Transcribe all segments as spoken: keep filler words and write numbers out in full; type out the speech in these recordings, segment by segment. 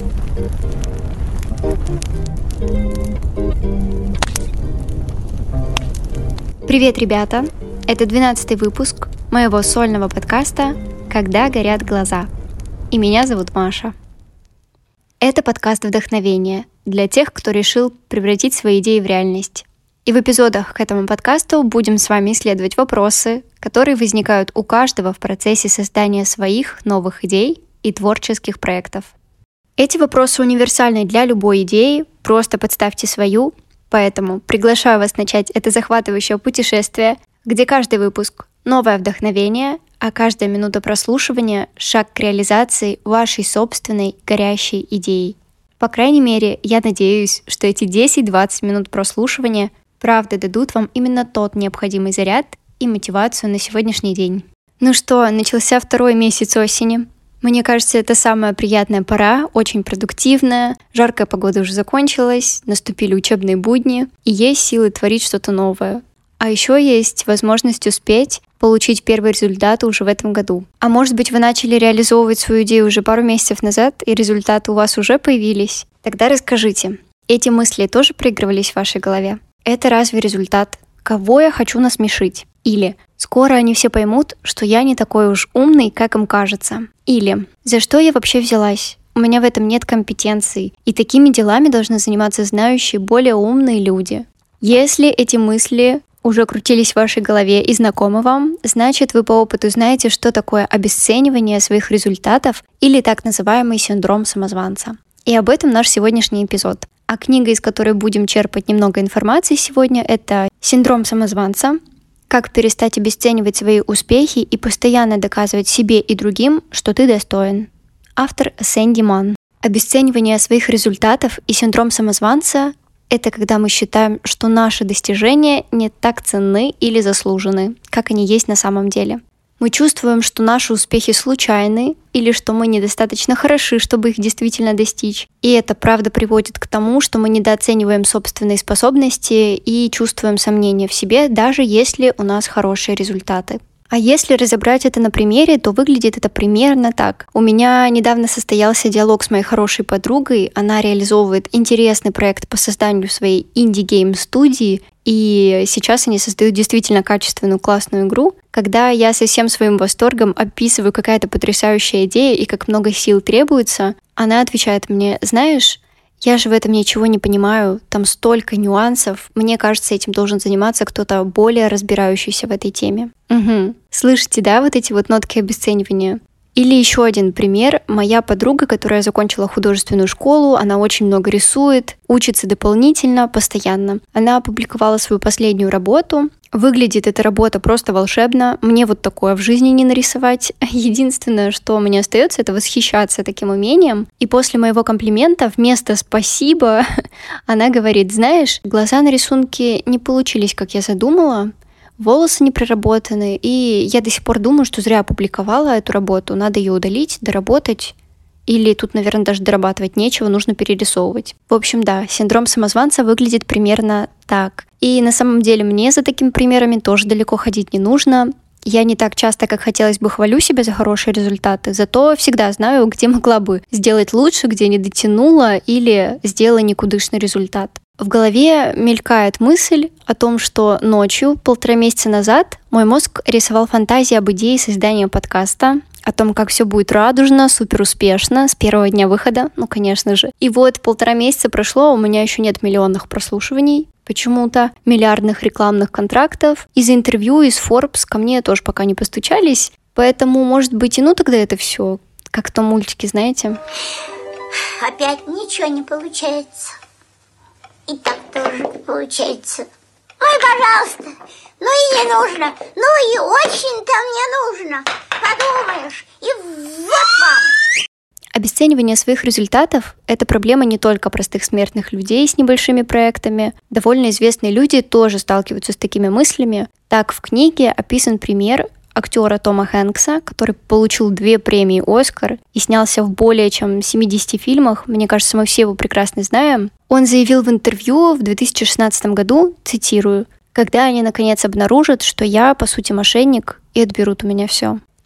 Привет, ребята! Это двенадцатый выпуск моего сольного подкаста «Когда горят глаза». И меня зовут Маша. Это подкаст вдохновения для тех, кто решил превратить свои идеи в реальность. И в эпизодах к этому подкасту будем с вами исследовать вопросы, которые возникают у каждого в процессе создания своих новых идей и творческих проектов. Эти вопросы универсальны для любой идеи, просто подставьте свою. Поэтому приглашаю вас начать это захватывающее путешествие, где каждый выпуск — новое вдохновение, а каждая минута прослушивания — шаг к реализации вашей собственной горящей идеи. По крайней мере, я надеюсь, что эти десять-двадцать минут прослушивания правда дадут вам именно тот необходимый заряд и мотивацию на сегодняшний день. Ну что, начался второй месяц осени. Мне кажется, это самая приятная пора, очень продуктивная, жаркая погода уже закончилась, наступили учебные будни, и есть силы творить что-то новое. А еще есть возможность успеть получить первые результаты уже в этом году. А может быть, вы начали реализовывать свою идею уже пару месяцев назад, и результаты у вас уже появились? Тогда расскажите, эти мысли тоже проигрывались в вашей голове? Это разве результат? Кого я хочу насмешить? Или «Скоро они все поймут, что я не такой уж умный, как им кажется». Или «За что я вообще взялась? У меня в этом нет компетенций, и такими делами должны заниматься знающие, более умные люди». Если эти мысли уже крутились в вашей голове и знакомы вам, значит, вы по опыту знаете, что такое обесценивание своих результатов или так называемый синдром самозванца. И об этом наш сегодняшний эпизод. А книга, из которой будем черпать немного информации сегодня, это «Синдром самозванца. Как перестать обесценивать свои успехи и постоянно доказывать себе и другим, что ты достоин». Автор Сэнди Манн. Обесценивание своих результатов и синдром самозванца — это когда мы считаем, что наши достижения не так ценны или заслужены, как они есть на самом деле. Мы чувствуем, что наши успехи случайны или что мы недостаточно хороши, чтобы их действительно достичь. И это правда приводит к тому, что мы недооцениваем собственные способности и чувствуем сомнения в себе, даже если у нас хорошие результаты. А если разобрать это на примере, то выглядит это примерно так. У меня недавно состоялся диалог с моей хорошей подругой. Она реализовывает интересный проект по созданию своей инди-гейм-студии, и сейчас они создают действительно качественную, классную игру. Когда я со всем своим восторгом описываю какая-то потрясающая идея и как много сил требуется, она отвечает мне: «Знаешь, я же в этом ничего не понимаю, там столько нюансов, мне кажется, этим должен заниматься кто-то более разбирающийся в этой теме». Угу. Слышите, да, вот эти вот нотки обесценивания? Или еще один пример. Моя подруга, которая закончила художественную школу, она очень много рисует, учится дополнительно, постоянно. Она опубликовала свою последнюю работу. Выглядит эта работа просто волшебно. Мне вот такое в жизни не нарисовать. Единственное, что мне остается, это восхищаться таким умением. И после моего комплимента вместо «спасибо» она говорит: «Знаешь, глаза на рисунке не получились, как я задумала. Волосы не проработаны, и я до сих пор думаю, что зря опубликовала эту работу. Надо ее удалить, доработать. Или тут, наверное, даже дорабатывать нечего, нужно перерисовывать». В общем, да, синдром самозванца выглядит примерно так. И на самом деле мне за такими примерами тоже далеко ходить не нужно. Я не так часто, как хотелось бы, хвалю себя за хорошие результаты, зато всегда знаю, где могла бы сделать лучше, где не дотянула или сделала никудышный результат. В голове мелькает мысль о том, что ночью, полтора месяца назад, мой мозг рисовал фантазии об идее создания подкаста, о том, как все будет радужно, супер успешно с первого дня выхода, ну, конечно же. И вот полтора месяца прошло, у меня еще нет миллионных прослушиваний, почему-то миллиардных рекламных контрактов. Из интервью, из Forbes ко мне тоже пока не постучались, поэтому, может быть, и ну тогда это все, как в том мультике, знаете. Опять ничего не получается. И так тоже не получается. Ну и пожалуйста, ну и не нужно, ну и очень-то мне нужно. Подумаешь, и вот вам. Обесценивание своих результатов – это проблема не только простых смертных людей с небольшими проектами. Довольно известные люди тоже сталкиваются с такими мыслями. Так, в книге описан пример актера Тома Хэнкса, который получил две премии «Оскар» и снялся в более чем семидесяти фильмах. Мне кажется, мы все его прекрасно знаем. Он заявил в интервью в две тысячи шестнадцатом году, цитирую: «Когда они наконец обнаружат, что я, по сути, мошенник, и отберут у меня все».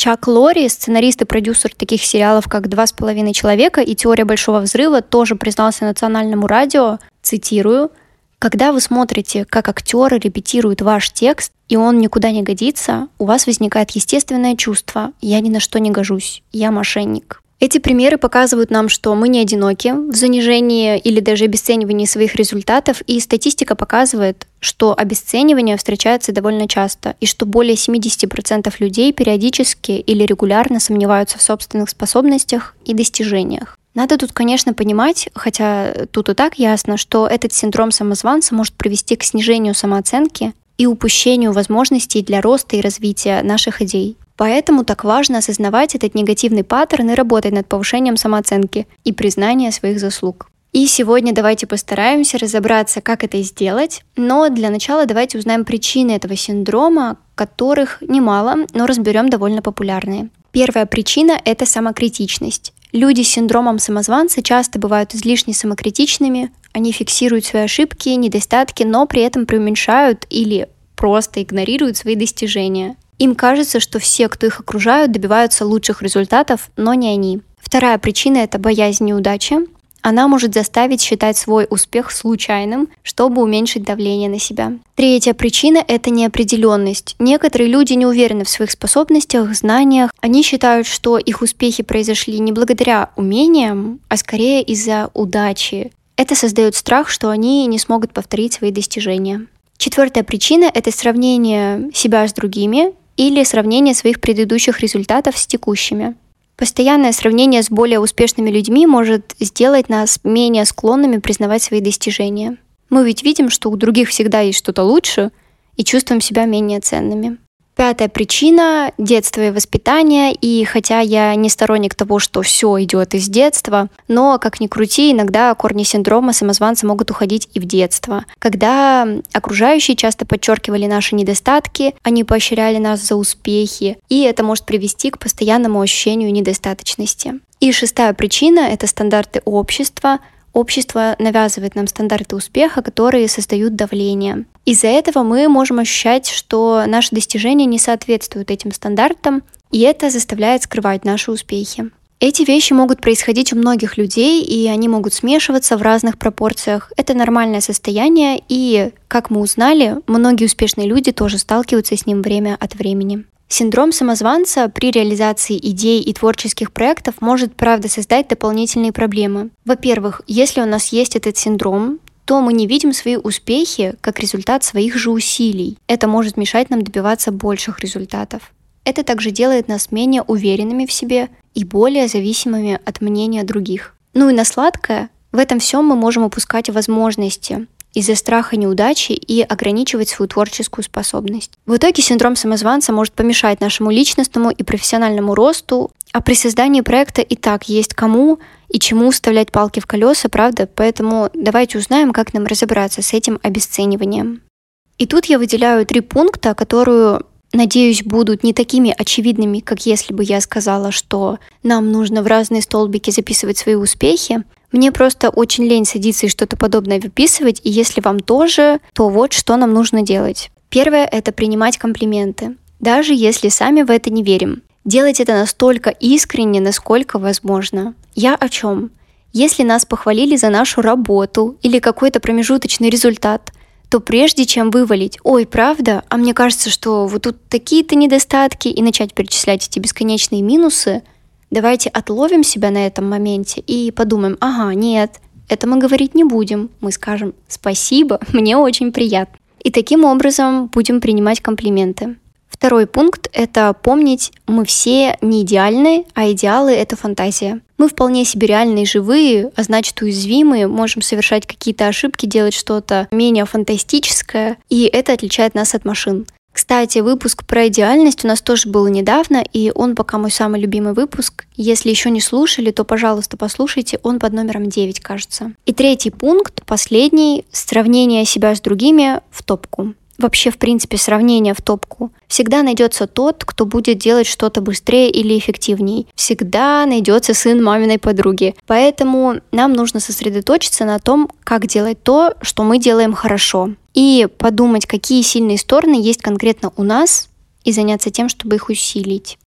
Чак Лорри, сценарист и продюсер таких сериалов, как «Два с половиной человека» и «Теория большого взрыва», тоже признался национальному радио, цитирую: «Когда вы смотрите, как актеры репетируют ваш текст, и он никуда не годится, у вас возникает естественное чувство: «Я ни на что не гожусь, я мошенник». Эти примеры показывают нам, что мы не одиноки в занижении или даже обесценивании своих результатов, и статистика показывает, что обесценивание встречается довольно часто, и что более семьдесят процентов людей периодически или регулярно сомневаются в собственных способностях и достижениях. Надо тут, конечно, понимать, хотя тут и так ясно, что этот синдром самозванца может привести к снижению самооценки и упущению возможностей для роста и развития наших идей. Поэтому так важно осознавать этот негативный паттерн и работать над повышением самооценки и признанием своих заслуг. И сегодня давайте постараемся разобраться, как это сделать, но для начала давайте узнаем причины этого синдрома, которых немало, но разберем довольно популярные. Первая причина – это самокритичность. Люди с синдромом самозванца часто бывают излишне самокритичными, они фиксируют свои ошибки, недостатки, но при этом преуменьшают или просто игнорируют свои достижения. Им кажется, что все, кто их окружают, добиваются лучших результатов, но не они. Вторая причина – это боязнь неудачи. Она может заставить считать свой успех случайным, чтобы уменьшить давление на себя. Третья причина – это неопределенность. Некоторые люди не уверены в своих способностях, знаниях. Они считают, что их успехи произошли не благодаря умениям, а скорее из-за удачи. Это создает страх, что они не смогут повторить свои достижения. Четвертая причина – это сравнение себя с другими или сравнение своих предыдущих результатов с текущими. Постоянное сравнение с более успешными людьми может сделать нас менее склонными признавать свои достижения. Мы ведь видим, что у других всегда есть что-то лучше, и чувствуем себя менее ценными. Пятая причина – детство и воспитание. И хотя я не сторонник того, что все идет из детства, но, как ни крути, иногда корни синдрома самозванца могут уходить и в детство. Когда окружающие часто подчеркивали наши недостатки, они поощряли нас за успехи, и это может привести к постоянному ощущению недостаточности. И шестая причина – это стандарты общества. Общество навязывает нам стандарты успеха, которые создают давление. Из-за этого мы можем ощущать, что наши достижения не соответствуют этим стандартам, и это заставляет скрывать наши успехи. Эти вещи могут происходить у многих людей, и они могут смешиваться в разных пропорциях. Это нормальное состояние, и, как мы узнали, многие успешные люди тоже сталкиваются с ним время от времени. Синдром самозванца при реализации идей и творческих проектов может, правда, создать дополнительные проблемы. Во-первых, если у нас есть этот синдром, то мы не видим свои успехи как результат своих же усилий. Это может мешать нам добиваться больших результатов. Это также делает нас менее уверенными в себе и более зависимыми от мнения других. Ну и на сладкое, в этом всем мы можем упускать возможности из-за страха неудачи и ограничивать свою творческую способность. В итоге синдром самозванца может помешать нашему личностному и профессиональному росту, а при создании проекта и так есть кому и чему вставлять палки в колеса, правда? Поэтому давайте узнаем, как нам разобраться с этим обесцениванием. И тут я выделяю три пункта, которые, надеюсь, будут не такими очевидными, как если бы я сказала, что нам нужно в разные столбики записывать свои успехи. Мне просто очень лень садиться и что-то подобное выписывать, и если вам тоже, то вот что нам нужно делать. Первое – это принимать комплименты, даже если сами в это не верим. Делать это настолько искренне, насколько возможно. Я о чем? Если нас похвалили за нашу работу или какой-то промежуточный результат, то прежде чем вывалить «Ой, правда? А мне кажется, что вот тут такие-то недостатки» и начать перечислять эти бесконечные минусы, давайте отловим себя на этом моменте и подумаем: ага, нет, это мы говорить не будем. Мы скажем: спасибо, мне очень приятно. И таким образом будем принимать комплименты. Второй пункт – это помнить, мы все не идеальны, а идеалы – это фантазия. Мы вполне себе реальные, живые, а значит уязвимые, можем совершать какие-то ошибки, делать что-то менее фантастическое, и это отличает нас от машин. Кстати, выпуск про идеальность у нас тоже был недавно, и он пока мой самый любимый выпуск. Если еще не слушали, то, пожалуйста, послушайте, он под номером девять, кажется. И третий пункт, последний, сравнение себя с другими в топку. Вообще, в принципе, сравнение в топку. Всегда найдется тот, кто будет делать что-то быстрее или эффективнее. Всегда найдется сын маминой подруги. Поэтому нам нужно сосредоточиться на том, как делать то, что мы делаем хорошо. И подумать, какие сильные стороны есть конкретно у нас, и заняться тем, чтобы их усилить.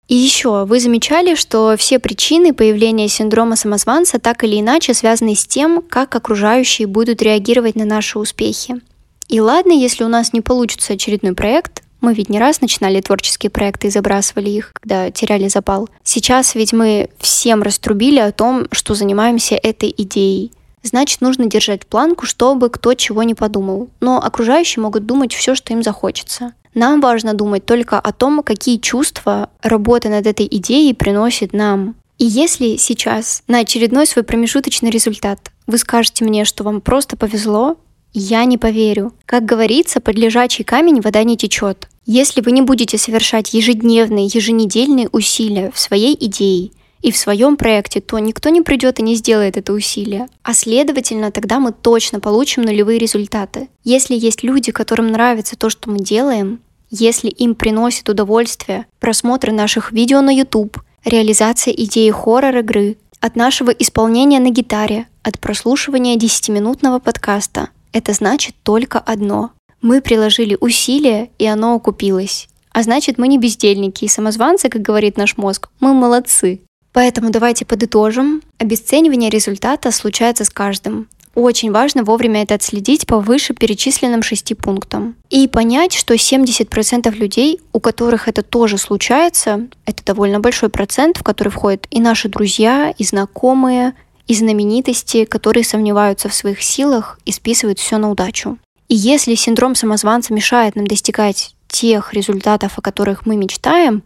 И еще, вы замечали, что все причины появления синдрома самозванца так или иначе связаны с тем, как окружающие будут реагировать на наши успехи. И ладно, если у нас не получится очередной проект, мы ведь не раз начинали творческие проекты и забрасывали их, когда теряли запал. Сейчас ведь мы всем раструбили о том, что занимаемся этой идеей. Значит, нужно держать планку, чтобы кто чего не подумал. Но окружающие могут думать все, что им захочется. Нам важно думать только о том, какие чувства работа над этой идеей приносит нам. И если сейчас на очередной свой промежуточный результат вы скажете мне, что вам просто повезло, я не поверю. Как говорится, под лежачий камень вода не течет. Если вы не будете совершать ежедневные, еженедельные усилия в своей идее и в своем проекте, то никто не придет и не сделает это усилие. А следовательно, тогда мы точно получим нулевые результаты. Если есть люди, которым нравится то, что мы делаем, если им приносит удовольствие просмотр наших видео на YouTube, реализация идеи хоррор-игры, от нашего исполнения на гитаре, от прослушивания десятиминутного подкаста, это значит только одно. Мы приложили усилия, и оно окупилось. А значит, мы не бездельники и самозванцы, как говорит наш мозг, мы молодцы. Поэтому давайте подытожим. Обесценивание результата случается с каждым. Очень важно вовремя это отследить по вышеперечисленным шести пунктам. И понять, что семьдесят процентов людей, у которых это тоже случается, это довольно большой процент, в который входят и наши друзья, и знакомые, и знаменитости, которые сомневаются в своих силах и списывают все на удачу. И если синдром самозванца мешает нам достигать тех результатов, о которых мы мечтаем,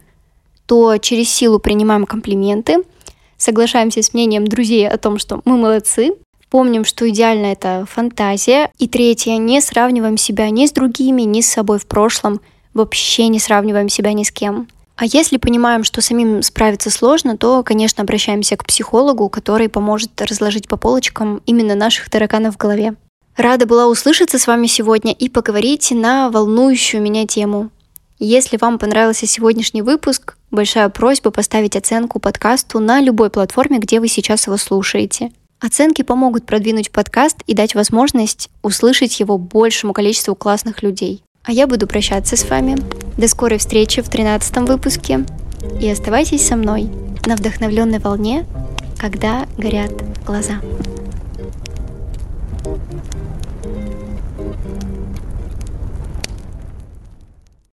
то через силу принимаем комплименты, соглашаемся с мнением друзей о том, что мы молодцы, помним, что идеально это фантазия. И третье, не сравниваем себя ни с другими, ни с собой в прошлом, вообще не сравниваем себя ни с кем. А если понимаем, что самим справиться сложно, то, конечно, обращаемся к психологу, который поможет разложить по полочкам именно наших тараканов в голове. Рада была услышаться с вами сегодня и поговорить на волнующую меня тему. Если вам понравился сегодняшний выпуск, большая просьба поставить оценку подкасту на любой платформе, где вы сейчас его слушаете. Оценки помогут продвинуть подкаст и дать возможность услышать его большему количеству классных людей. А я буду прощаться с вами. До скорой встречи в тринадцатом выпуске. И оставайтесь со мной на вдохновленной волне, когда горят глаза.